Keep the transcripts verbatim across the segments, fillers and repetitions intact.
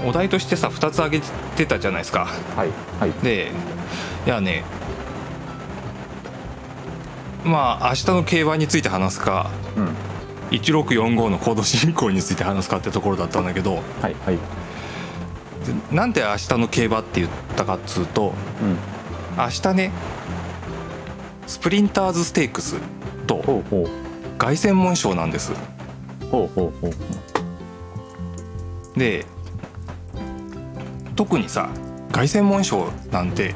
お題としてさふたつ挙げてたじゃないですか。 はいはい。 でいやね、まあ明日の競馬について話すか、 うん、 いちろくよんごのコード進行について話すかってところだったんだけど、 はいはい。 なんで明日の競馬って言ったかっつうと、 うん、 明日ねスプリンターズステークスとほうほう凱旋門賞なんです。 ほうほうほう。 で特にさ凱旋門賞なんて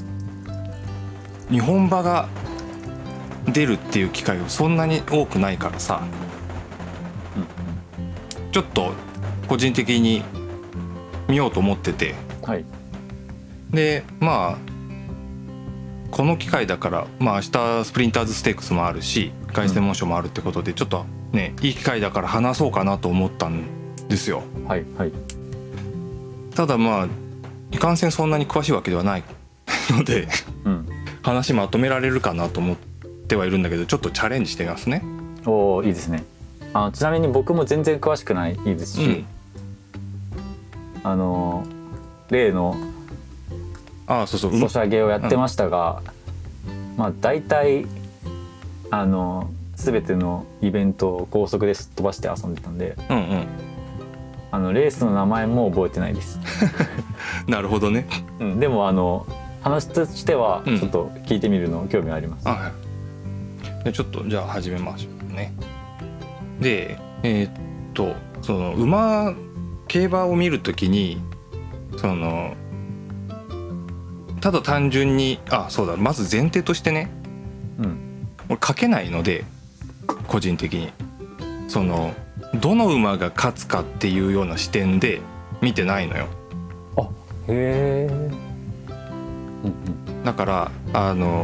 日本馬が出るっていう機会がそんなに多くないからさ、 うん、 ちょっと個人的に見ようと思ってて、 はい。 でまあこの機会だから、まあ明日スプリンターズステークスもあるし凱旋門賞もあるってことで、ちょっとねいい機会だから話そうかなと思ったんですよ。 はいはい。 ただまあいかんせんそんなに詳しいわけではないので、 うん、 話まとめられるかなと思ってはいるんだけど、ちょっとチャレンジしてみますね。 おお、いいですね。あ、ちなみに僕も全然詳しくないですし、うん、あの例のああそうそうソシャゲをやってましたが、うん、まあ大体あの全てのイベントを高速ですっ飛ばして遊んでたんで、 うんうん、 あのレースの名前も覚えてないです。 なるほどね、 うん、でもあの話としてはちょっと聞いてみるの興味あります。 うん、あ、はい、でちょっとじゃあ始めましょうね。でえー、っとその馬競馬を見るときにそのただ単純にあそうだまず前提としてね、うん、俺書けないので個人的にそのどの馬が勝つかっていうような視点で見てないのよ。 あ、へえ、うんうん、だからあの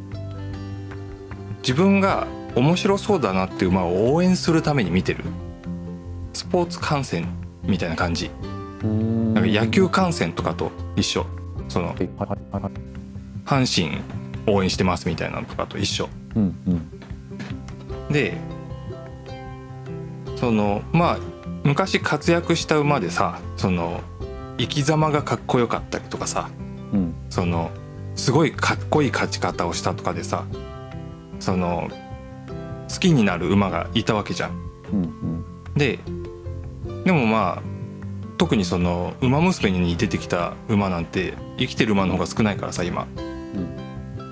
自分が面白そうだなっていう馬を応援するために見てるスポーツ観戦みたいな感じ。なんか野球観戦とかと一緒。その阪神応援してますみたいなのとかと一緒、うんうん、でそのまあ昔活躍した馬でさその生き様がかっこよかったりとかさ、うん、そのすごいかっこいい勝ち方をしたとかでさその好きになる馬がいたわけじゃん、うんうん、ででもまあ特にその馬娘に出てきた馬なんて生きてる馬の方が少ないからさ今、うん、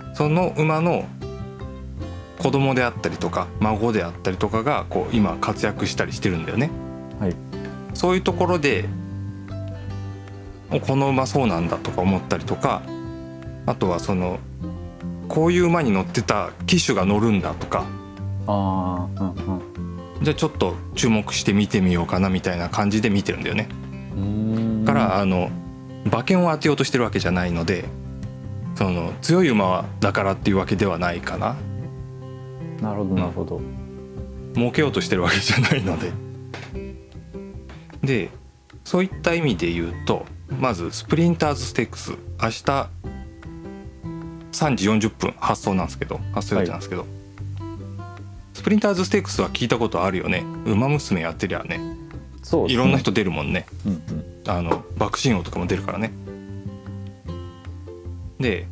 その馬の子供であったりとか孫であったりとかがこう今活躍したりしてるんだよね、はい、そういうところでこの馬そうなんだとか思ったりとか、あとはそのこういう馬に乗ってた騎手が乗るんだとか、あ、うんうん、じゃあちょっと注目して見てみようかなみたいな感じで見てるんだよね。からあの馬券を当てようとしてるわけじゃないのでその強い馬だからっていうわけではないかな。 なるほどなるほど、 儲けようとしてるわけじゃないのででそういった意味で言うとまずスプリンターズステークス明日さんじよんじゅっぷん発送なんですけど発送予定なんですけど、はい、スプリンターズステークスは聞いたことあるよね。馬娘やってりゃね、そうですね、いろんな人出るもんね、うんうん、あの爆心王とかも出るからね。で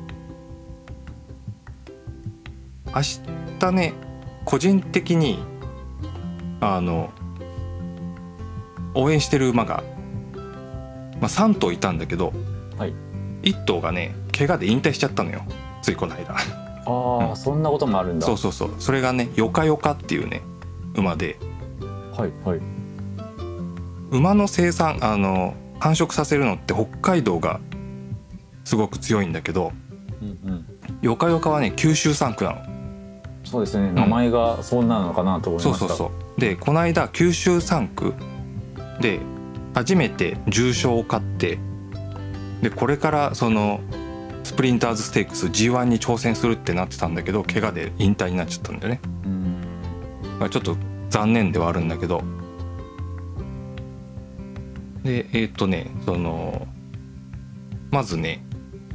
明日ね個人的にあの応援してる馬が、まあ、さん頭いたんだけど、はい、いっ頭がね怪我で引退しちゃったのよついこの間。 ああ、うん、そんなこともあるんだ。 そうそうそう、それがねヨカヨカっていうね馬で、 はいはい、 馬の生産あの繁殖させるのって北海道がすごく強いんだけど、うんうん、ヨカヨカはね九州産区なの。 そうですね、名前がそんなのかなと思いました、 うん、そうそうそう。でこの間九州産区で初めて重賞を勝って、でこれからそのスプリンターズステークス ジーワン に挑戦するってなってたんだけど怪我で引退になっちゃったんだよね。うん、まあ、ちょっと残念ではあるんだけど、でえー、っとねそのまずね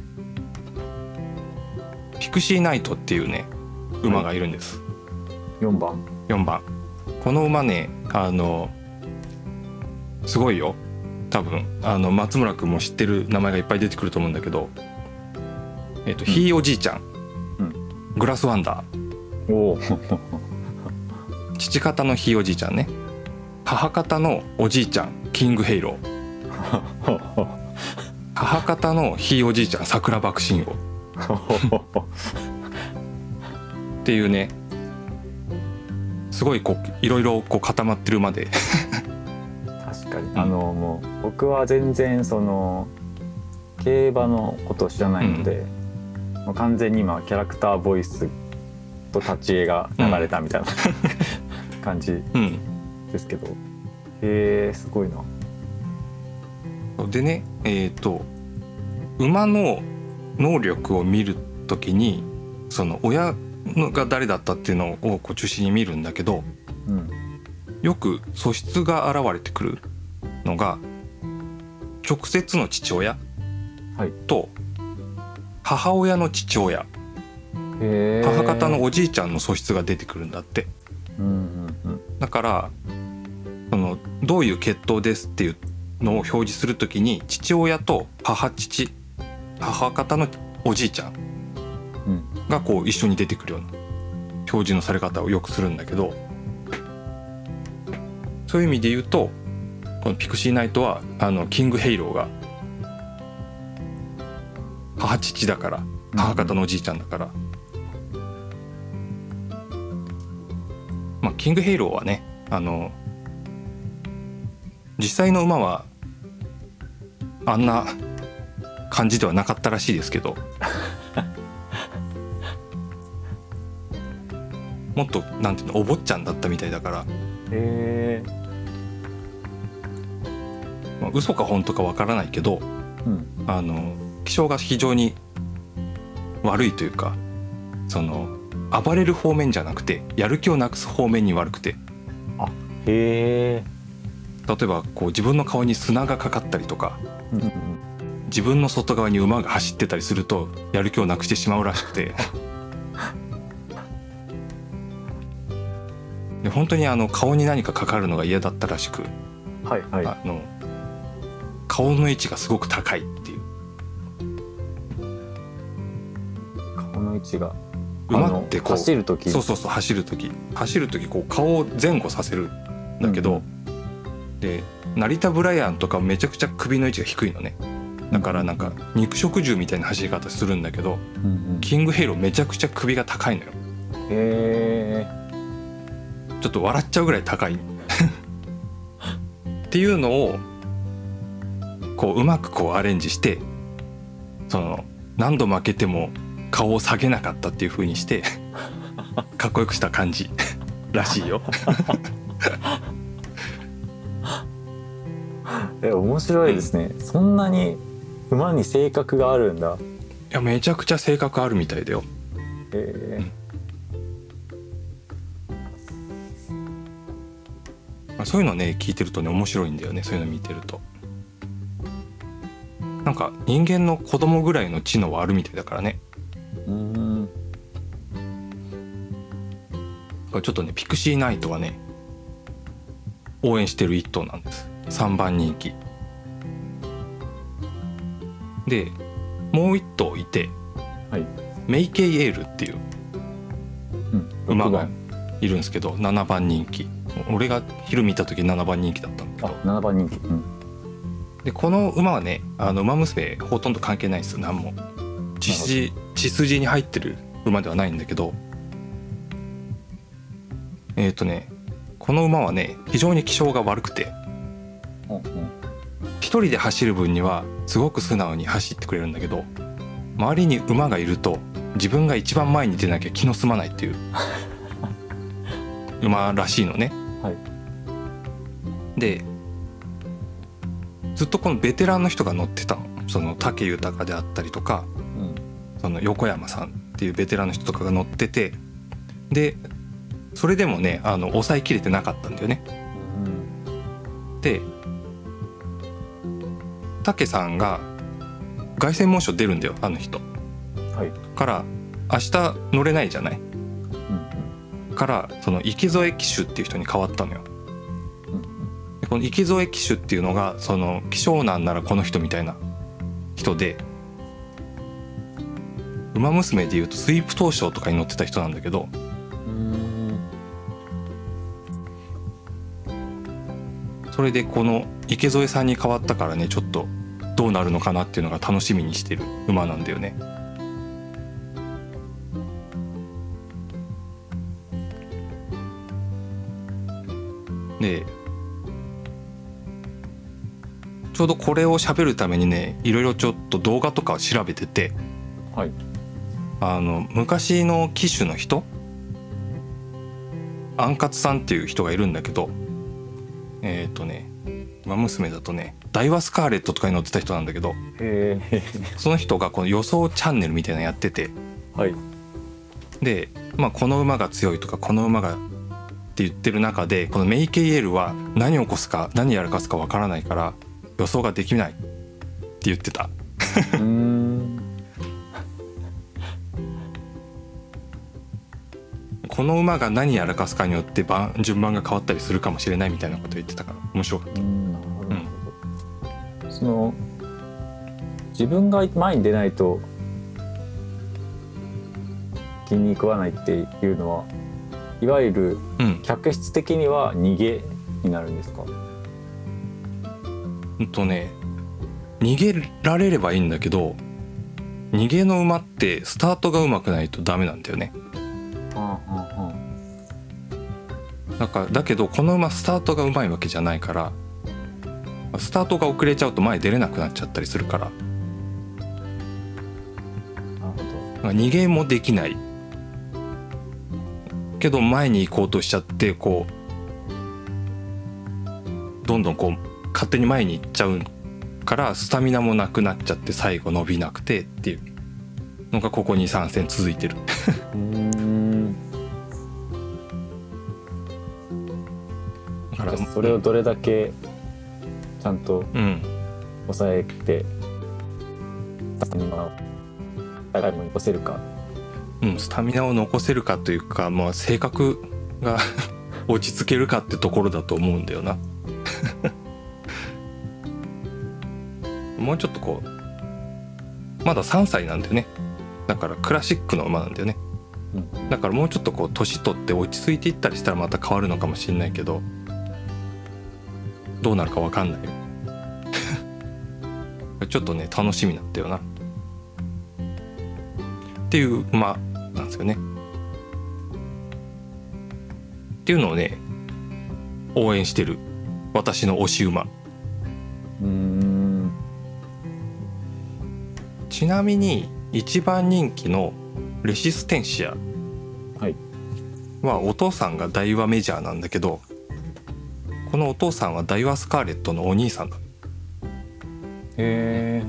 ピクシーナイトっていうね馬がいるんです、 はい、よんばんよんばんこの馬ねあのすごいよ。 多分あの松村君も知ってる名前がいっぱい出てくると思うんだけど、えーと、ひいおじいちゃん、うん、グラスワンダー、お父方のひいおじいちゃんね、母方のおじいちゃんキングヘイロー母方のひいおじいちゃん桜爆心王っていうね、すごいこういろいろこう固まってる馬で確かに、うん、あのもう僕は全然その競馬のことを知らないので、うん、もう完全に今キャラクターボイスと立ち絵が流れたみたいな、うん、感じですけど、へえすごいな。 でね、えーと馬の能力を見るときにその親が誰だったっていうのをこう中心に見るんだけど、うん、よく素質が現れてくるのが直接の父親と母親の父親、はい、母方のおじいちゃんの素質が出てくるんだって、うんうんうん、だからそのどういう血統ですっていうのを表示するときに父親と母父母方のおじいちゃんがこう一緒に出てくるような表示のされ方をよくするんだけど、そういう意味で言うとこのピクシーナイトはあのキングヘイローが母父だから母方のおじいちゃんだから、まあキングヘイローはねあの実際の馬はあんな感じではなかったらしいですけどもっとなんていうのお坊ちゃんだったみたいだから、へー、まあ、嘘か本当かわからないけど、うん、あの気性が非常に悪いというかその暴れる方面じゃなくてやる気をなくす方面に悪くて、あ、へー、例えばこう自分の顔に砂がかかったりとか、うんうん、自分の外側に馬が走ってたりするとやる気をなくしてしまうらしくてで本当にあの顔に何かかかるのが嫌だったらしく、はいはい、あの顔の位置がすごく高いっていう。 顔の位置が馬ってこう走る時、 そうそうそう走る時走る時こう顔を前後させるんだけど、うん、で成田ブライアンとかめちゃくちゃ首の位置が低いのね。だからなんか肉食獣みたいな走り方するんだけど、うんうん、キングヘイローめちゃくちゃ首が高いのよ。へー、ちょっと笑っちゃうぐらい高いっていうのをこううまくこうアレンジしてその何度負けても顔を下げなかったっていう風にしてかっこよくした感じらしいよえ、面白いですね、うん、そんなに馬に性格があるんだ。 いやめちゃくちゃ性格あるみたいだよ。へー、うん、そういうのね聞いてるとね面白いんだよね。そういうの見てるとなんか人間の子供ぐらいの知能はあるみたいだからね。うーん、ちょっとねピクシーナイトはね応援してる一頭なんです。さんばん人気でもう一頭いて、はい、メイケイエールっていう馬がいるんですけど、ななばん人気。俺が昼見た時ななばん人気だったんだけど、 あ、ななばん人気、うん、 でこの馬はねあの馬娘ほとんど関係ないですよ。何も血筋、血筋に入ってる馬ではないんだけど、えっとねこの馬はね非常に気性が悪くて、うんうん、一人で走る分にはすごく素直に走ってくれるんだけど、周りに馬がいると自分が一番前に出なきゃ気の済まないっていう馬らしいのね、はい、でずっとこのベテランの人が乗ってたの。その武豊であったりとか、うん、その横山さんっていうベテランの人とかが乗ってて、でそれでもねあの抑えきれてなかったんだよね、うん、で武さんが凱旋門賞出るんだよあの人、はい、から明日乗れないじゃない、うんうん、からその池添騎手っていう人に変わったのよ、うんうん、 この池添騎手っていうのがその希少なんならこの人みたいな人で、馬娘でいうとスイープ東証とかに乗ってた人なんだけど、それでこの池添さんに変わったからね、ちょっとどうなるのかなっていうのが楽しみにしてる馬なんだよね。でちょうどこれを喋るためにね、いろいろちょっと動画とかを調べてて、 はい、 あの昔の騎手の人、アンカツさんっていう人がいるんだけど、えっ、ー、とね馬娘だとねダイワスカーレットとかに乗ってた人なんだけど、 へその人がこの予想チャンネルみたいなのやってて、 はい、 で、まあ、この馬が強いとかこの馬がって言ってる中で、このメイケイエールは何を起こすか何やらかすかわからないから予想ができないって言ってた。うーんこの馬が何やらかすかによって番順番が変わったりするかもしれないみたいなことを言ってたから面白かった。うん、なるほど、 うん、その自分が前に出ないと気に食わないっていうのは、いわゆる客室的には逃げになるんですか？ うんとね逃げられればいいんだけど、逃げの馬ってスタートが上手くないとダメなんだよね。はあはあはあ、だからだけどこの馬スタートが上手いわけじゃないから、スタートが遅れちゃうと前出れなくなっちゃったりするから、なるほど、逃げもできないけど前に行こうとしちゃって、こうどんどんこう勝手に前に行っちゃうからスタミナもなくなっちゃって最後伸びなくてっていうのがここにさん戦続いてる。うーん、 だからそれをどれだけちゃんと抑えて、うん、スタミナを最後に残せるか、 うん、スタミナを残せるかというか、まあ、性格が落ち着けるかってところだと思うんだよな。もうちょっとこうまださんさいなんだよね。だからクラシックの馬なんだよね。だからもうちょっとこう年取って落ち着いていったりしたらまた変わるのかもしれないけど、どうなるか分かんないよ。ちょっとね楽しみなんだよなっていう馬なんですよね。っていうのをね応援してる私の推し馬。うーん、ちなみに一番人気のレシステンシアはお父さんがダイワメジャーなんだけど、このお父さんはダイワスカーレットのお兄さんだ。へ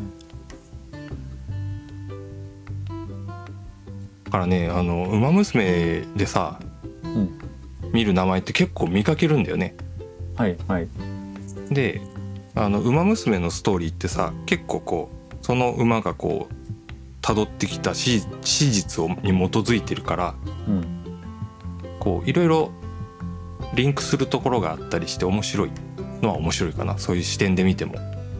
ー。だからね、あの馬娘でさ、うん、見る名前って結構見かけるんだよね。 はいはい。 で、あの馬娘のストーリーってさ、結構こうその馬がこう辿ってきた史実に基づいてるから、うん、こういろいろリンクするところがあったりして面白いのは面白いかな、そういう視点で見ても。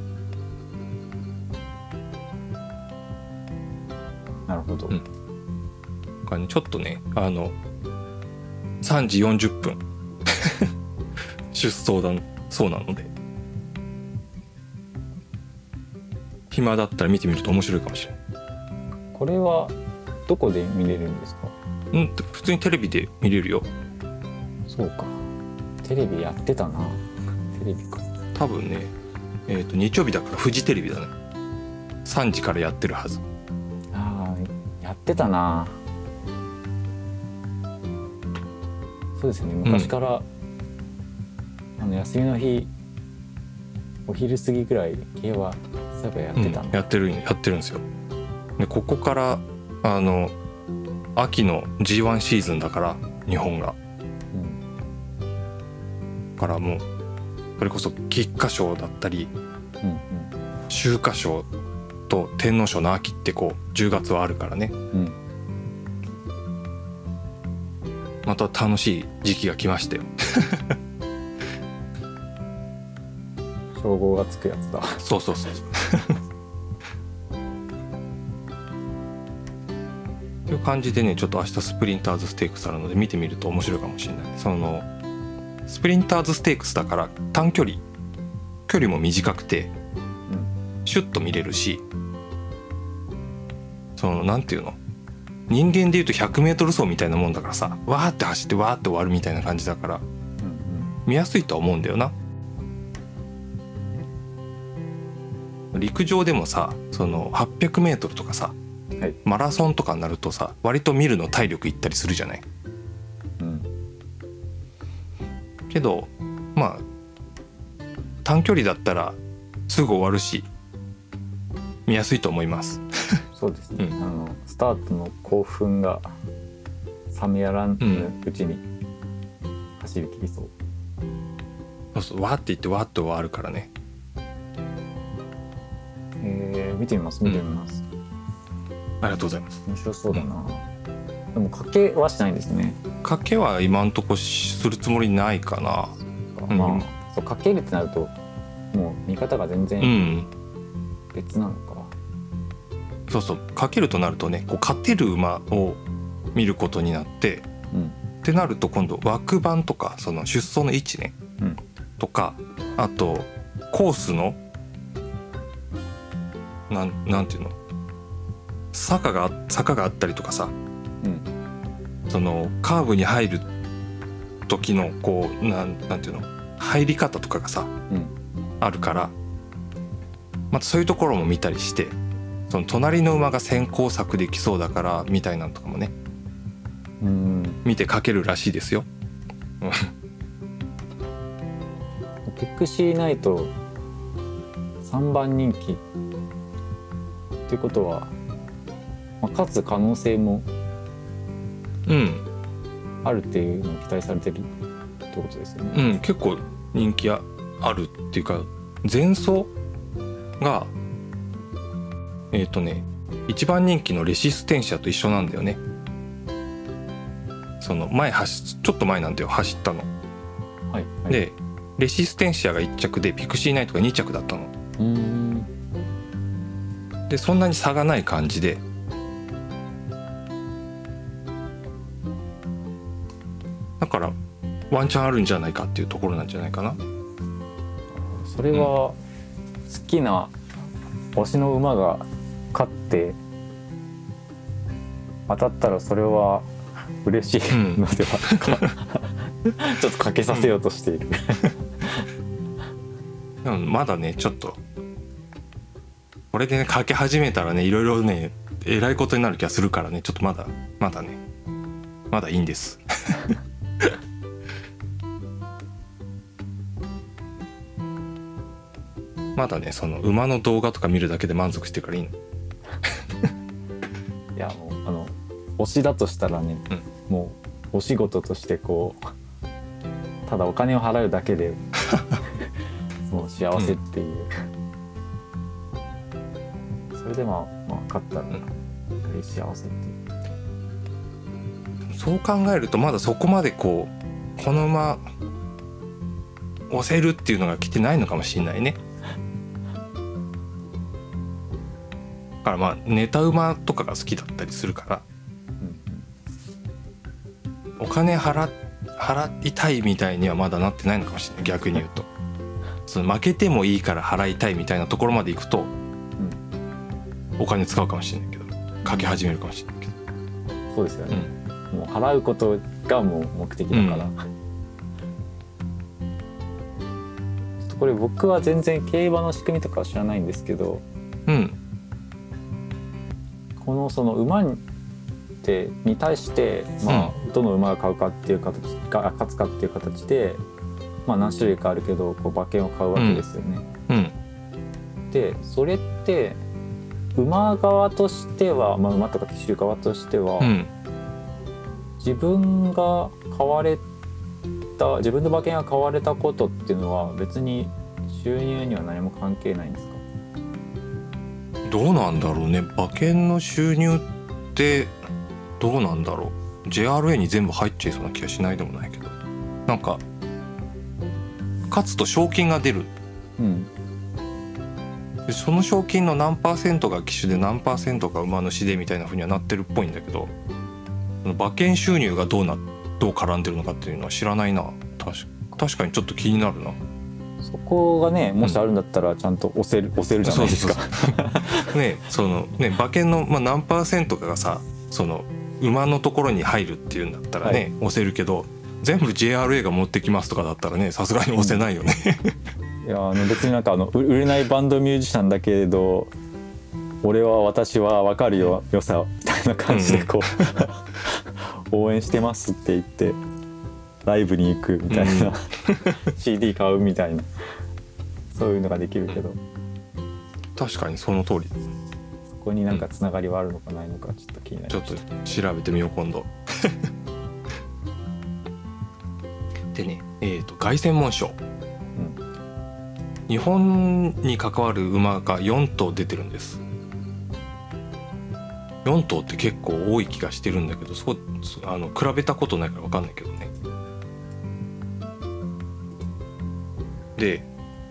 なるほど。うん、 だからね、ちょっとね、あのさんじよんじゅっぷん出走だそうなので、暇だったら見てみると面白いかもしれない。 これはどこで見れるんですか？ うん、普通にテレビで見れるよ。 そうか、テレビやってたな。テレビか。 多分ね、えーと、日曜日だからフジテレビだね。さんじからやってるはず。 ああ、やってたな。そうですね、昔から、うん、あの休みの日お昼過ぎぐらい競馬そういえばやってたの、 うん、やってるやってるんですよ。でここからあの秋の ジーワン シーズンだから日本が、うん、からもうそれこそ菊花賞だったり、うんうん、秋華賞と天皇賞の秋ってこうじゅうがつはあるからね、うん、また楽しい時期が来ましたよ。 称号がつくやつだ。 そうそうそうそうという感じでね、ちょっと明日スプリンターズステークスあるので見てみると面白いかもしれない。そのスプリンターズステークスだから短距離距離も短くて、うん、シュッと見れるし、そのなんていうの、人間でいうと ひゃくメートル 走みたいなもんだからさ、わーって走ってわーって終わるみたいな感じだから、うんうん、見やすいとは思うんだよな。陸上でもさ、その はっぴゃくメートル とかさ、はい、マラソンとかになるとさ、割と見るの体力いったりするじゃない、うん、けどまあ短距離だったらすぐ終わるし見やすいと思います。 そうですね、うん、あのスタートの興奮が冷めやらぬうちに走り切りそう、 うん、そうそう、わーって言ってわーって終わるからね。 えー、見てみます見てみます、 うん、ありがとうございます。 面白そうだな、うん、でも賭けはしないんですね。 賭けは今んとこするつもりないかな。 そうか、まあ、うん、そう賭けるってなるともう見方が全然別なのか、 うん、そうそう、賭けるとなるとね、こう勝てる馬を見ることになって、うん、ってなると今度枠番とかその出走の位置ね、うん、とか、あとコースのなん、なんていうの、坂が坂があったりとかさ、うん、そのカーブに入る時のこうなん、なんていうの、入り方とかがさ、うん、あるから、またそういうところも見たりして、その隣の馬が先行策できそうだからみたいなのとかもね、うん、見てかけるらしいですよ。 ピクシーナイトさんばん人気っていうことは、まあ、勝つ可能性もあるっていうのを期待されてるってことですよね。 うん、結構人気あるっていうか、前走がえっとねいちばん人気のレシステンシアと一緒なんだよね。その前走ちょっと前なんだよ走ったの、はいはい、でレシステンシアがいっ着でピクシーナイトがに着だったの。うーんでそんなに差がない感じで、だからワンチャンあるんじゃないかっていうところなんじゃないかな。 それは好きな推しの馬が勝って当たったらそれは嬉しいのではとか、うん、ちょっとかけさせようとしている、 うん、でもまだねちょっとこれでねかけ始めたらねいろいろねえらいことになる気がするからね、ちょっとまだまだねまだいいんですまだねその馬の動画とか見るだけで満足してるからいいの。 いやもうあの推しだとしたらね、うん、もうお仕事としてこうただお金を払うだけでもう幸せっていう、うん、それでもまあ勝ったら幸せっていう、 そう考えるとまだそこまでこうこの馬押せるっていうのが来てないのかもしれないね。だからまあネタ馬とかが好きだったりするから、うん、お金払払いたいみたいにはまだなってないのかもしれない。逆に言うとその負けてもいいから払いたいみたいなところまでいくと、うん、お金使うかもしれないけどかけ始めるかもしれないけど、 そうですよね、うん、もう払うことがもう目的だから、うん、これ僕は全然競馬の仕組みとかは知らないんですけど、うん、このその馬にに対して、まあ、どの馬が買うかっていう形が勝つかっていう形で、まあ、何種類かあるけどこう馬券を買うわけですよね。うんうん、でそれって馬側としては、まあ、馬とか騎手側としては、うん、自分が買われた自分の馬券が買われたことっていうのは別に収入には何も関係ないんですか？ どうなんだろうね。馬券の収入ってどうなんだろう。 ジェイアールエー に全部入っちゃいそうな気がしないでもないけど、なんか勝つと賞金が出るうん、 でその賞金の何パーセントが騎手で何パーセントが馬主でみたいな風にはなってるっぽいんだけど、その馬券収入がどうなどう絡んでるのかっていうのは知らないな。確確かにちょっと気になるな。 そこがね、もしあるんだったらちゃんと押せる、押せるじゃないですか。 ね、そのね、馬券のまあ何パーセントかがさ、その馬のところに入るっていうんだったらね、はい、押せるけど、全部 ジェイアールエー が持ってきますとかだったらね、さすがに押せないよね。 うん、いや、あの別になんかあの売れないバンドミュージシャンだけれど、俺は私は分かるよ良さみたいな感じでこう、うん、応援してますって言ってライブに行くみたいな、うん、シーディー 買うみたいな、そういうのができるけど、 確かにその通り。 そこになんかつながりはあるのかないのかちょっと気になりました。 ちょっと調べてみよう今度。でね、えーと凱旋門賞、うん、日本に関わる馬がよん頭出てるんです。よん頭って結構多い気がしてるんだけど、そうあの比べたことないから分かんないけどね。で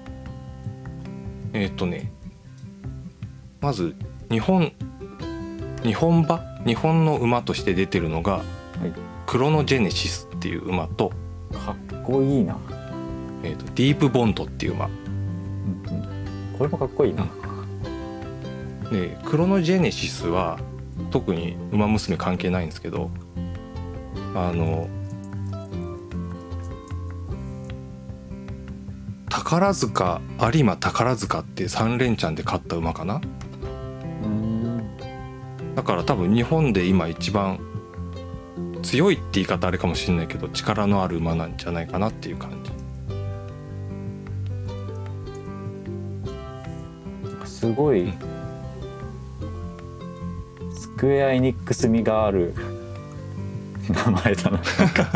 えっ、ー、とねまず日本日本馬日本の馬として出てるのが、はい、クロノジェネシスっていう馬と、 かっこいいな、 えーとディープボンドっていう馬、うんうん、これもかっこいいな、 うん、でクロノジェネシスは特に馬娘関係ないんですけど、あの宝塚有馬宝塚ってさん連チャンで勝った馬かな。うーん、だから多分日本で今一番強いって言い方あれかもしれないけど力のある馬なんじゃないかなっていう感じ。すごい、うん、スクエアエニックス味がある名前だな。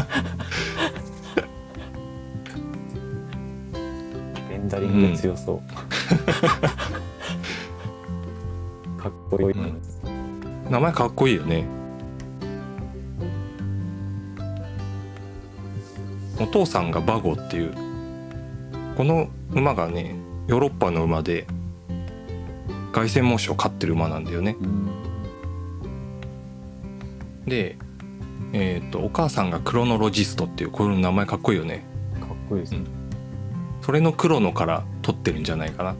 レンダリング強そう、うん、かっこいい、うん、 名前かっこいいよね。お父さんがバゴっていう、この馬がねヨーロッパの馬で凱旋門賞を勝ってる馬なんだよね、うん、で、えー、とお母さんがクロノロジストっていう、この名前かっこいいよね。 かっこいいですね、うん、 それのクロノから取ってるんじゃないかな。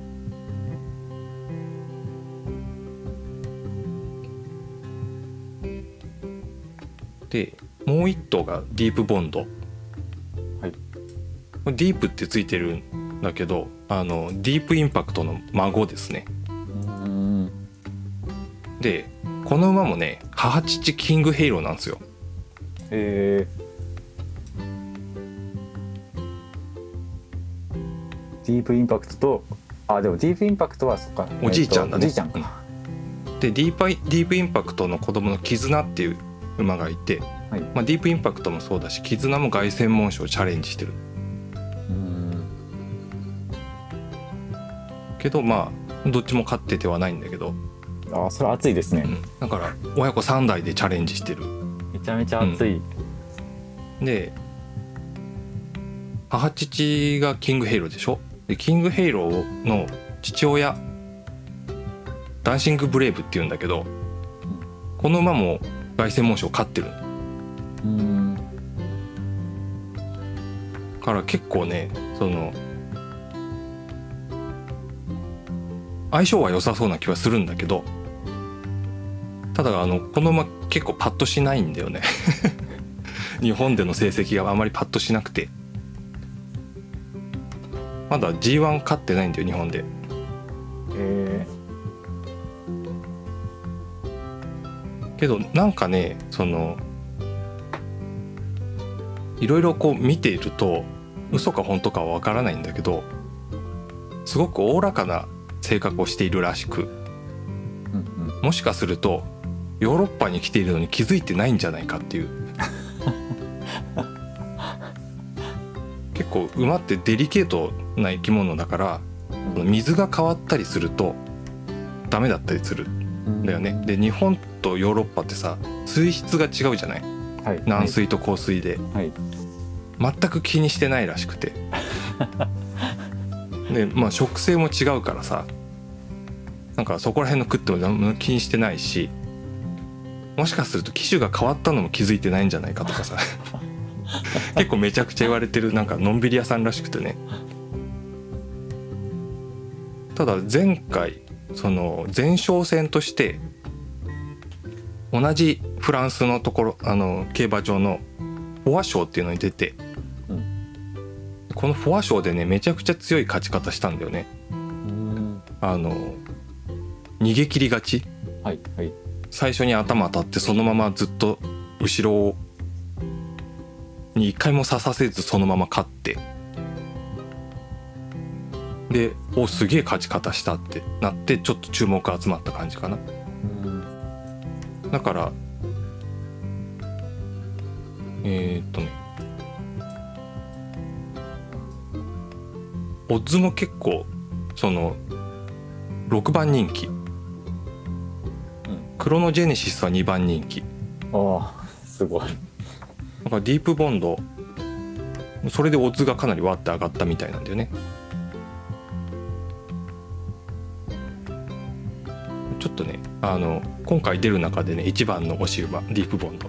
でもう一頭がディープボンド、はい、ディープってついてるんだけど、あのディープインパクトの孫ですね。うん、でこの馬もね母父キングヘイローなんですよ。 へえ。ディープインパクトと、あでもディープインパクトはそっか、 おじいちゃんだね、 おじいちゃんか、 うん、でディープイ、ディープインパクトの子供のキズナっていう馬がいて、はい、まあ、ディープインパクトもそうだしキズナも凱旋門賞チャレンジしてる。うん、けどまあどっちも勝っててはないんだけど、 あそれ熱いですね、うん、 だから親子さん代でチャレンジしてる。 めちゃめちゃ熱い、 うん、で母父がキングヘイローでしょ。でキングヘイローの父親ダンシングブレイブっていうんだけど、うん、この馬も凱旋門賞勝ってる。うん、から結構ねその相性は良さそうな気はするんだけど、ただあのこの馬結構パッとしないんだよね。日本での成績があまりパッとしなくて、まだ ジーワン 勝ってないんだよ日本で。へえ。けどなんかねそのいろいろこう見ていると嘘か本当かはわからないんだけど、すごくおおらかな性格をしているらしく、うんうん、もしかするとヨーロッパに来ているのに気づいてないんじゃないかっていう。結構馬ってデリケートな生き物だから、うん、水が変わったりするとダメだったりするんだよね、うん、で日本とヨーロッパってさ水質が違うじゃない、はい、軟水と硬水で、はい、全く気にしてないらしくて。 でまあ植生も違うからさ、なんかそこら辺の食っても何も気にしてないし、もしかすると機種が変わったのも気づいてないんじゃないかとかさ結構めちゃくちゃ言われてるなんかのんびり屋さんらしくてね。ただ前回その前哨戦として同じフランスのところ、あの競馬場のフォア賞っていうのに出て、うん、このフォア賞でねめちゃくちゃ強い勝ち方したんだよね。うん、あの逃げ切り勝ち、はいはい、最初に頭当たってそのままずっと後ろに一回も刺させずそのまま勝って、でおすげえ勝ち方したってなってちょっと注目集まった感じかな。うん、だからえー、っとねオッズも結構そのろくばん人気、うん、クロノジェネシスはにばん人気。 ああすごい。 なんかディープボンドそれでオッズがかなりわって上がったみたいなんだよね。ちょっとねあの今回出る中でね一番の推し馬ディープボンド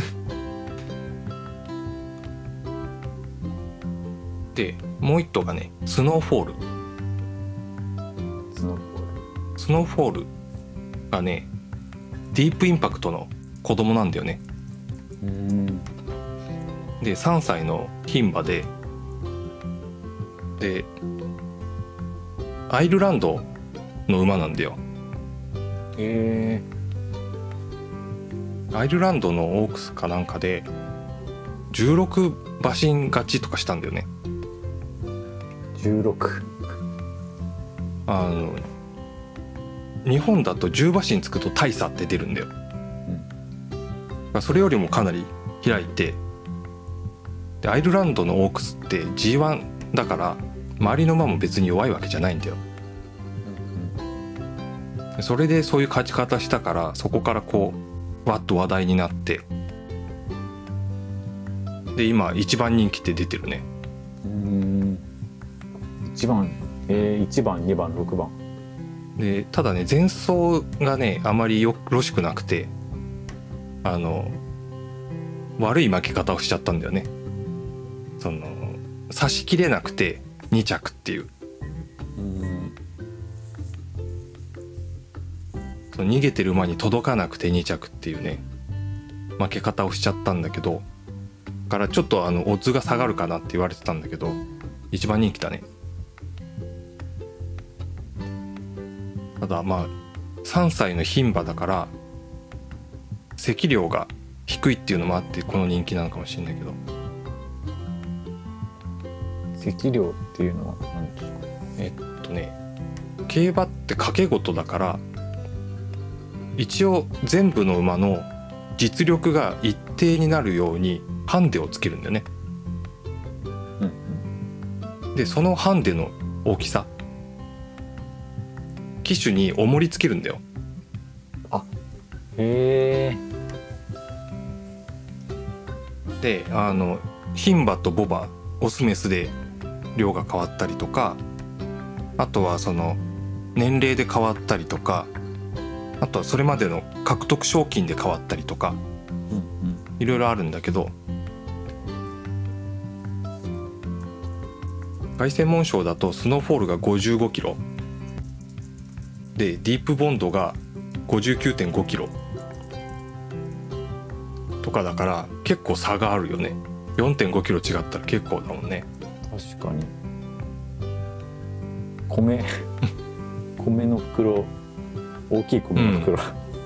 でもう一頭がねスノーフォール。 スノーフォールスノーフォールがねディープインパクトの子供なんだよね。うーんでさんさいの牝馬ででアイルランドの馬なんだよ。 へーアイルランドのオークスかなんかでじゅうろく馬身勝ちとかしたんだよね。 じゅうろくあの日本だとじゅう馬身つくと大差って出るんだよ、うん、それよりもかなり開いて、でアイルランドのオークスって ジーワン だから周りの馬も別に弱いわけじゃないんだよ、うん、それでそういう勝ち方したからそこからこうわっと話題になって、で今いちばん人気って出てるね。 うーんいちばん、えー、いちばんにばんろくばんでただね前走がねあまりよろしくなくてあの悪い負け方をしちゃったんだよね。その差し切れなくてに着っていう、うんその逃げてる馬に届かなくてに着っていうね負け方をしちゃったんだけど、だからちょっとあのオッズが下がるかなって言われてたんだけどいちばん人気だね。ただまあさんさいの牝馬だから席量が低いっていうのもあってこの人気なのかもしれないけど。 席量っていうのは何ですか？ えっとね競馬って賭け事だから一応全部の馬の実力が一定になるようにハンデをつけるんだよね、うんうん、でそのハンデの大きさ騎手に重りつけるんだよ。 あへえ。であの牝馬と牡馬オスメスで量が変わったりとか、あとはその年齢で変わったりとか、あとはそれまでの獲得賞金で変わったりとか、うんうん、いろいろあるんだけど、凱旋門賞だとスノーフォールがごじゅうごキロでディープボンドが ごじゅうきゅうてんごキロとかだから結構差があるよね。 よんてんごキロ違ったら結構だもんね。 確かに米米の袋大きい米の袋、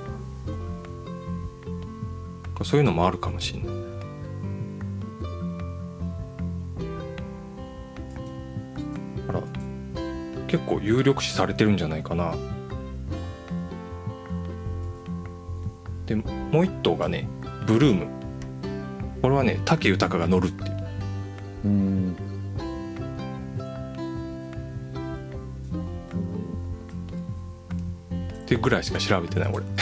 うん、そういうのもあるかもしれない。あら結構有力視されてるんじゃないかな。でもう一頭がねブルーム。これはね武豊が乗るっていう。うーんっていうぐらいしか調べてない俺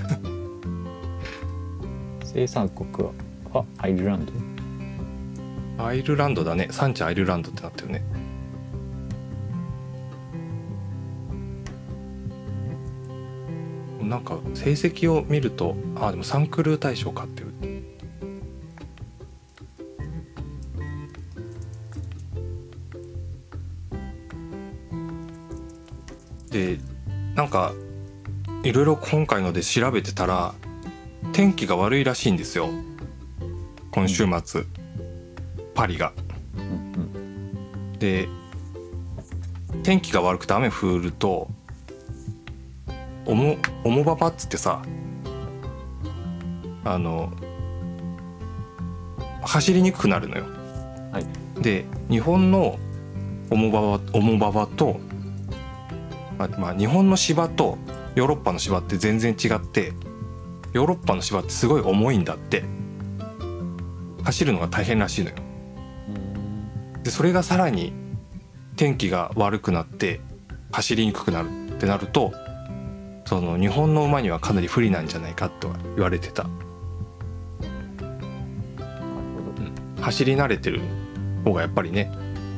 生産国はアイルランド。 アイルランドだね。産地アイルランドってなってるね。 なんか成績を見ると、あでもサンクルー大賞買ってる。でなんかいろいろ今回ので調べてたら天気が悪いらしいんですよ今週末、うん、パリが、うんうん、で天気が悪くて雨降るとオモ、オモババっつってさ、あの走りにくくなるのよ、はい、で日本のオモババ、オモババと、まあまあ、日本の芝とヨーロッパの芝って全然違って、ヨーロッパの芝ってすごい重いんだって、走るのが大変らしいのよ。でそれがさらに天気が悪くなって走りにくくなるってなると、その日本の馬にはかなり不利なんじゃないかとは言われてた。うん、走り慣れてる方がやっぱりね、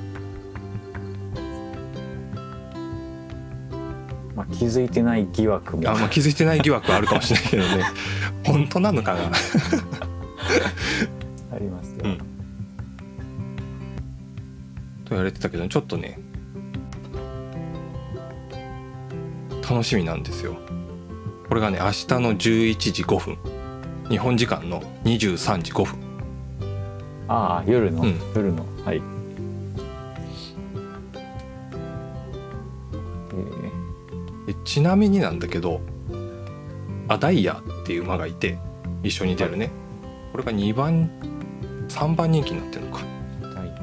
まあ、気づいてない疑惑もあ、まあ、気づいてない疑惑はあるかもしれないけどね本当なのかなありますよ、うん、と言われてたけどちょっとね楽しみなんですよ。これがね明日のじゅういちじごふん、日本時間のにじゅうさんじごふん。 ああ夜の、うん、夜のはい、 えー、ちなみになんだけどアダイヤっていう馬がいて一緒に出るね、はい、これがにばんさんばん人気になってるのか。アダイヤ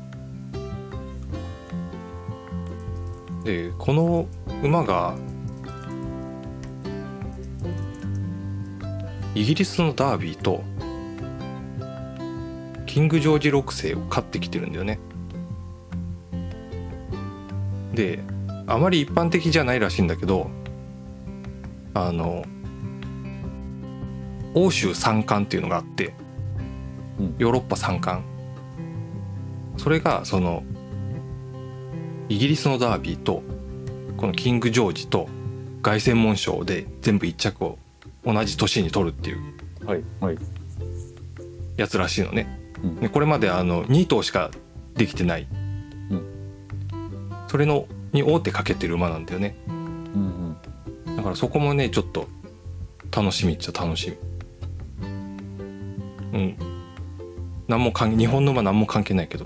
でこの馬がイギリスのダービーとキングジョージろくせいを勝ってきてるんだよね。であまり一般的じゃないらしいんだけど、あの欧州三冠っていうのがあって、ヨーロッパ三冠、それがそのイギリスのダービーとこのキングジョージと凱旋門賞で全部一着を同じ年に取るっていうやつらしいのね、はいはい、でこれまであのに頭しかできてない、うん、それのに王手かけてる馬なんだよね、うんうん、だからそこもねちょっと楽しみっちゃ楽しみ。うん、何も関係日本の馬何も関係ないけど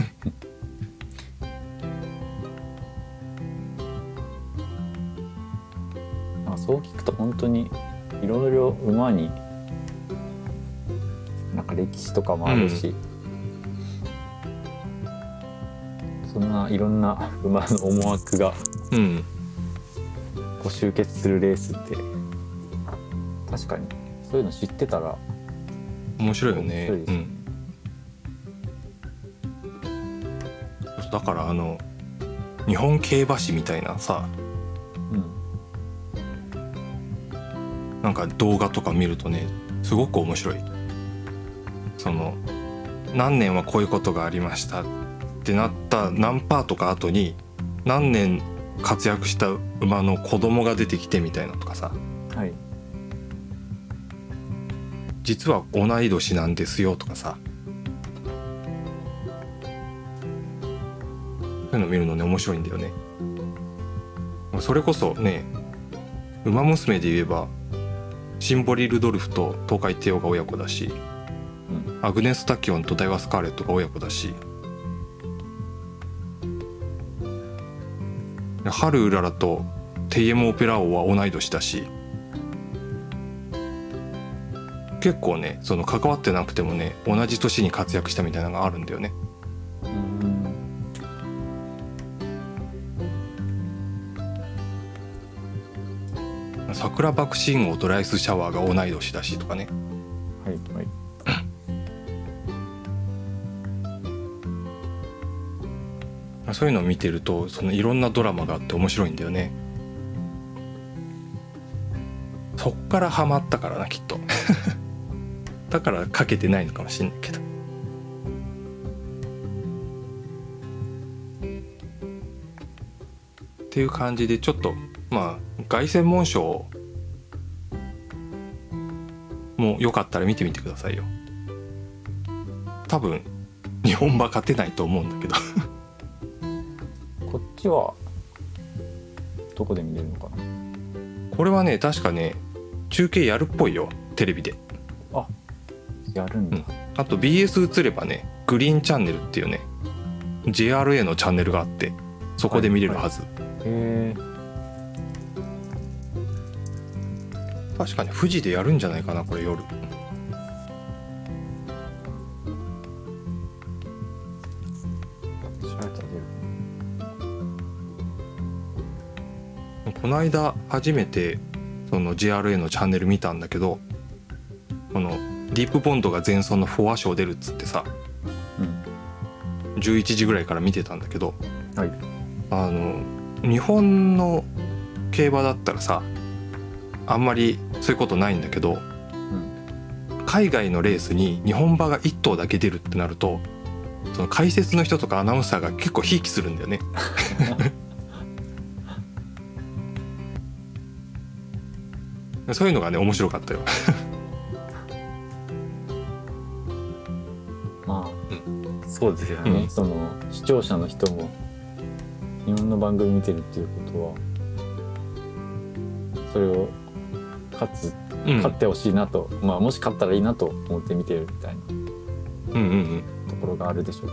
そう聞くと本当にいろいろ馬になんか歴史とかもあるし、うん、そんないろんな馬の思惑が、うん、こう集結するレースって確かにそういうの知ってたら面白いよね。うん、だからあの日本競馬史みたいなさ、なんか動画とか見るとねすごく面白い。その何年はこういうことがありましたってなった何パーとか後に何年活躍した馬の子供が出てきてみたいなとかさ、はい、実は同い年なんですよとかさ、そういうの見るのね面白いんだよね。それこそね馬娘で言えばシンボリ・ルドルフと東海帝王が親子だし、うん、アグネス・タキオンとダイワ・スカーレットが親子だし、ハル・ウララとテイエム・オペラ王は同い年だし、結構ねその関わってなくてもね同じ年に活躍したみたいなのがあるんだよね。桜爆心王とライスシャワーが同い年だしとかね。はいはい。そういうのを見てるとそのいろんなドラマがあって面白いんだよね。そっからハマったからなきっとだからかけてないのかもしれないけど。っていう感じでちょっとまあ凱旋門賞もうよかったら見てみてくださいよ。多分日本版勝てないと思うんだけどこっちはどこで見れるのかな。 これはね確かね中継やるっぽいよ、テレビで。 あ、やるんだ、うん、 あと ビーエス 映ればねグリーンチャンネルっていうね ジェイアールエー のチャンネルがあってそこで見れるはず、はいはい、へー、確かに富士でやるんじゃないかなこれ夜。この間初めてその ジェイアールエー のチャンネル見たんだけど、このディープボンドが前走のフォア賞出るっつってさ、うん、じゅういちじぐらいから見てたんだけど、はい、あの日本の競馬だったらさあんまりそういうことないんだけど、うん、海外のレースに日本馬がいっ頭だけ出るってなるとその解説の人とかアナウンサーが結構ひいきするんだよねそういうのがね面白かったよまあ、うん、そうですよね、うん、その視聴者の人も日本の番組見てるっていうことはそれを勝つ、うん、勝ってほしいなと、まあもし勝ったらいいなと思って見てるみたいなところがあるでしょうから、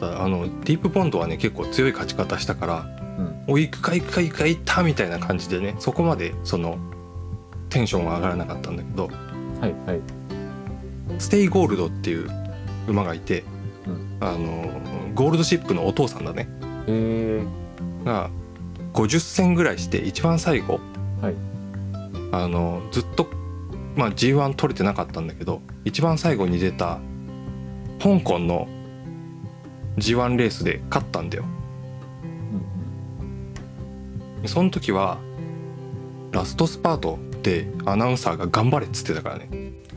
うんうんうん、あのディープボンドはね結構強い勝ち方したからうん、お行くか行くか行くか行ったみたいな感じでねそこまでそのテンションは上がらなかったんだけど、はいはい、ステイゴールドっていう馬がいて、うん、あのゴールドシップのお父さんだねへがごじゅっ戦ぐらいして一番最後、はい、あのずっと、まあ、ジーワン 取れてなかったんだけど一番最後に出た香港の ジーワン レースで勝ったんだよ。その時はラストスパートでアナウンサーが頑張れっつってたからね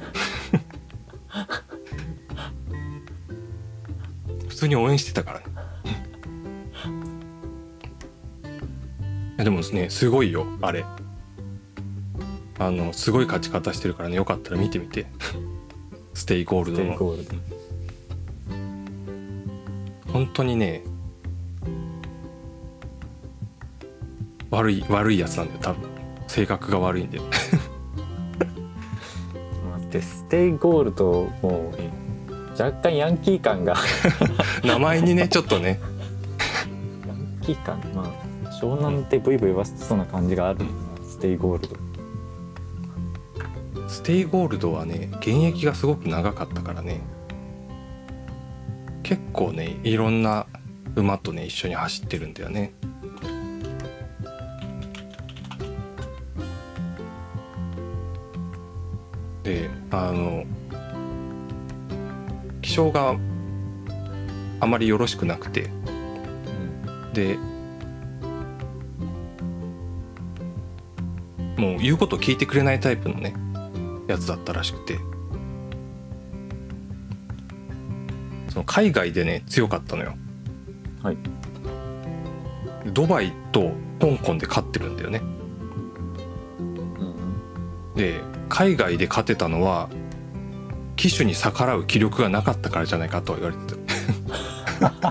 普通に応援してたからねいやでもねすごいよあれ、あのすごい勝ち方してるからねよかったら見てみてステイゴールドのールド本当にね悪い悪いやつなんだよ多分性格が悪いんで待ってステイゴールドもう若干ヤンキー感が名前にねちょっとねヤンキー感まあ湘南ってブイブイ言わせそうな感じがある、うん、ステイゴールドステイゴールドはね現役がすごく長かったからね結構ねいろんな馬とね一緒に走ってるんだよね。であの気性があまりよろしくなくて、うん、でもう言うこと聞いてくれないタイプのねやつだったらしくてその海外でね強かったのよ。はい。ドバイと香港で勝ってるんだよね。うん、で海外で勝てたのは騎手に逆らう気力がなかったからじゃないかとは言われてた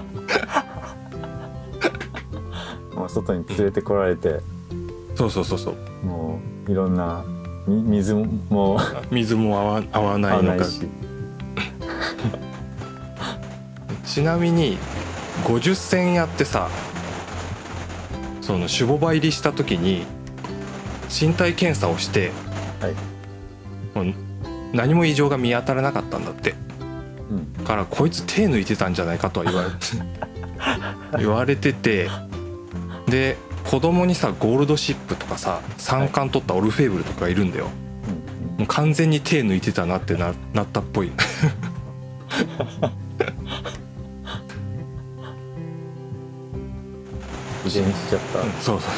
もう外に連れてこられてそうそうそうそうもういろんな水も水も合わ、合わないのかちなみにごじゅっ戦やってさその種牡馬入りした時に身体検査をして、はい、もう何も異常が見当たらなかったんだって、うん、からこいつ手抜いてたんじゃないかとは言われて言われててで子供にさゴールドシップとかさ三冠取ったオルフェーブルとかがいるんだよ、はい、もう完全に手抜いてたなって な, なったっぽい遺伝しちゃった、うん、 そうそう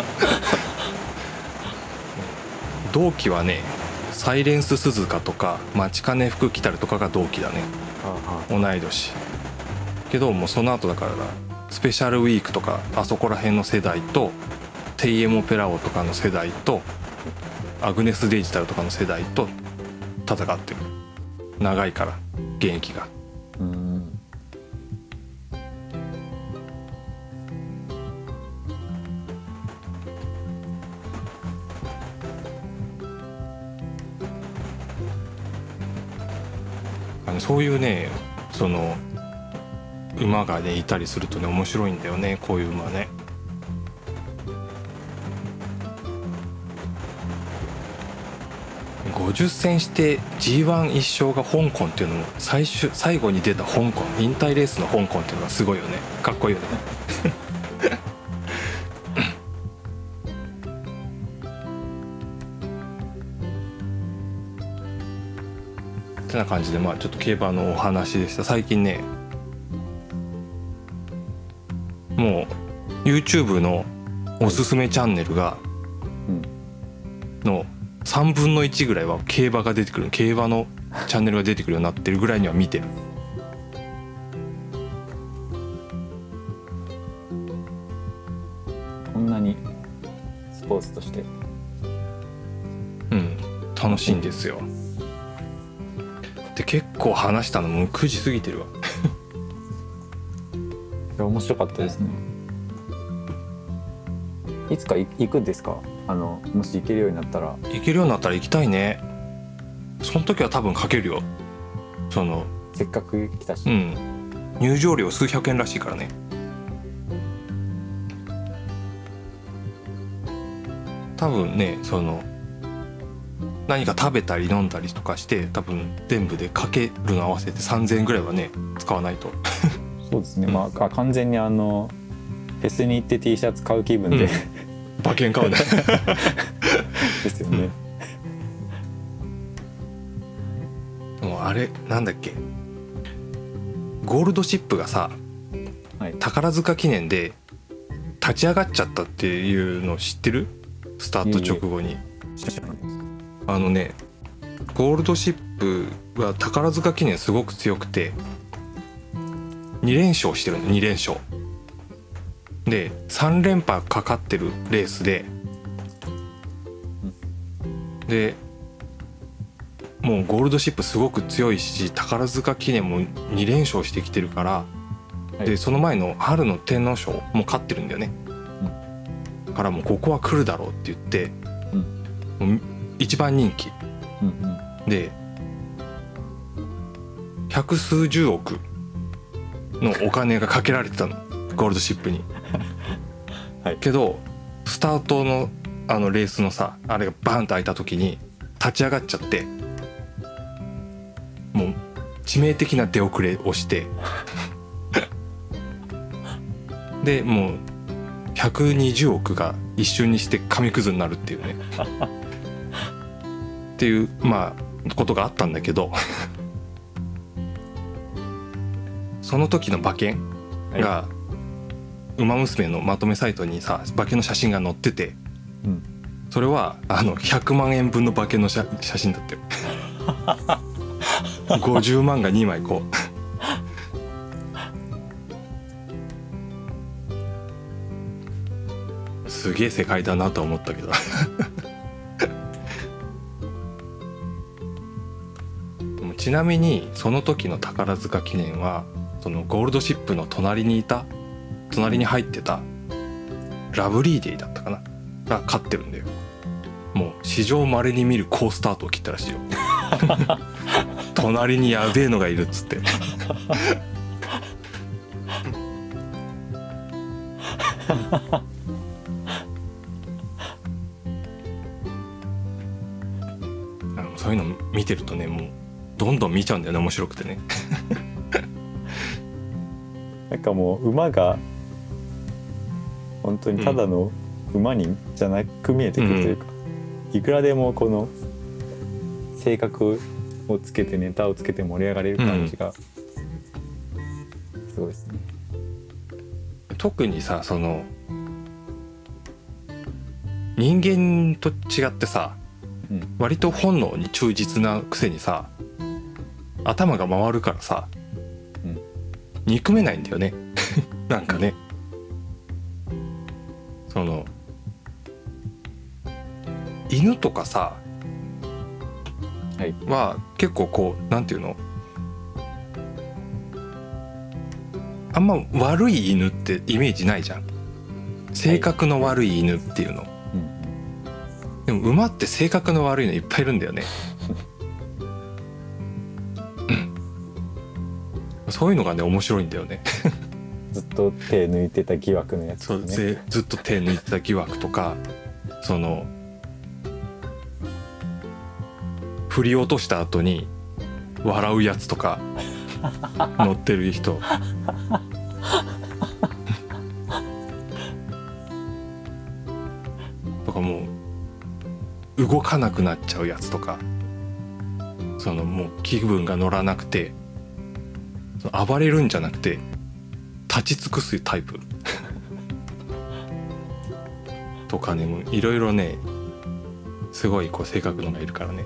同期はねサイレンス鈴鹿とかマチカネ福来たるとかが同期だね、はあはあ、同い年けどもうその後だからスペシャルウィークとかあそこら辺の世代とテイエモペラオとかの世代とアグネスデジタルとかの世代と戦ってる。長いから現役が。うん。あのそういうね、その馬がねいたりするとね面白いんだよね、こういう馬ね。ごじゅっ戦して ジーワン 一勝が香港っていうのも最終最後に出た香港、引退レースの香港っていうのがすごいよね。かっこいいよね。ってな感じで、まあちょっと競馬のお話でした。最近ねもう YouTube のおすすめチャンネルが、のさんぶんのいちぐらいは競馬が出てくる、競馬のチャンネルが出てくるようになってるぐらいには見てる。 こんなにスポーツとしてうん楽しいんですよ。で結構話したのもうくじ過ぎてるわ。 いや面白かったですね。いつか行くんですか？あのもし行けるようになったら。 行けるようになったら行きたいね。その時は多分かけるよ。そのせっかく来たし、 うん、入場料数百円らしいからね。多分ね、その何か食べたり飲んだりとかして多分全部でかけるの合わせてさんぜんえんぐらいはね使わないと。 そうですね、うん、まあ完全にあのフェスに行って T シャツ買う気分で、うん、 馬券買うね。 ですよね。 もうあれなんだっけ、ゴールドシップがさ、はい、宝塚記念で立ち上がっちゃったっていうの知ってる？スタート直後に。あのねゴールドシップは宝塚記念すごく強くてに連勝してるの。に連勝でさん連覇かかってるレースで、でもうゴールドシップすごく強いし宝塚記念もに連勝してきてるから、はい、でその前の春の天皇賞も勝ってるんだよね、うん、からもうここは来るだろうって言って、うん、もう一番人気、うんうん、で百数十億のお金がかけられてたのゴールドシップに、はい、けどスタートのあのレースのさあれがバーンと開いた時に立ち上がっちゃってもう致命的な出遅れをしてでもうひゃくにじゅうおくが一瞬にして紙くずになるっていうねっていうまあことがあったんだけどその時の馬券が、はい、ウマ娘のまとめサイトにさ馬券の写真が載ってて、うん、それはあのひゃくまんえんぶんの馬券の写真だったよ。ごじゅうまんがにまいこうすげえ世界だなと思ったけどちなみにその時の宝塚記念はそのゴールドシップの隣にいた隣に入ってたラブリーデイだったかなが勝ってるんだよ。もう史上稀に見る好スタートを切ったらしいよ。隣にやべえのがいるっつってそういうの見てるとねもうどんどん見ちゃうんだよね面白くてね。 なんかもう馬が本当にただの馬にじゃなく見えてくるというか、うん、いくらでもこの性格をつけてネタをつけて盛り上がれる感じがすごいですね、 うん、特にさその人間と違ってさ、うん、割と本能に忠実なくせにさ頭が回るからさ、うん、憎めないんだよね。なんかね、 犬とかさ、 はい、 は結構こうなんていうの、あんま悪い犬ってイメージないじゃん。性格の悪い犬っていうの、はい、でも馬って性格の悪いのいっぱいいるんだよねそういうのがね面白いんだよねずっと手抜いてた疑惑のやつですね。そう、ずっと手抜いてた疑惑とか、その振り落とした後に笑うやつとか乗ってる人とか、もう動かなくなっちゃうやつとか、そのもう気分が乗らなくて暴れるんじゃなくて立ち尽くすタイプとかね、もういろいろねすごいこう性格のがいるからね。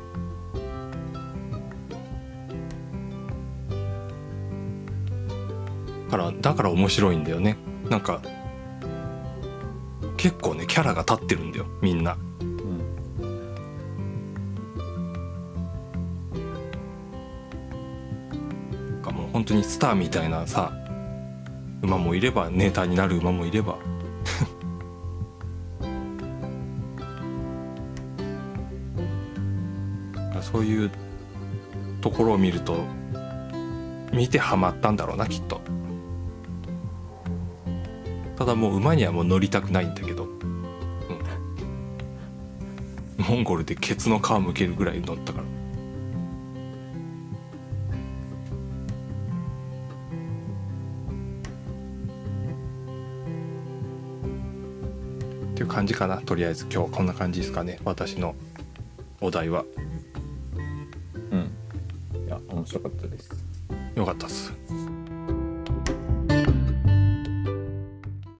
だからだから面白いんだよね。なんか結構ねキャラが立ってるんだよみんな。うん、なんかもう本当にスターみたいなさ馬もいれば、ネーターになる馬もいればそういうところを見ると見てハマったんだろうなきっと。ただもう馬にはもう乗りたくないんだけど、うん、モンゴルでケツの皮むけるぐらい乗ったから。っていう感じかな。とりあえず今日こんな感じですかね、私のお題は。 うん、いや面白かったです。 よかったっす。